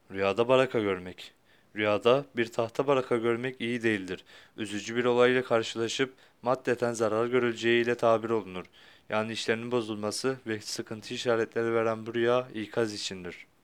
Rüyada baraka görmek. Rüyada bir tahta baraka görmek iyi değildir. Üzücü bir olayla karşılaşıp maddeten zarar görüleceğiyle tabir olunur. Yani işlerinin bozulması ve sıkıntı işaretleri veren bu rüya ikaz içindir.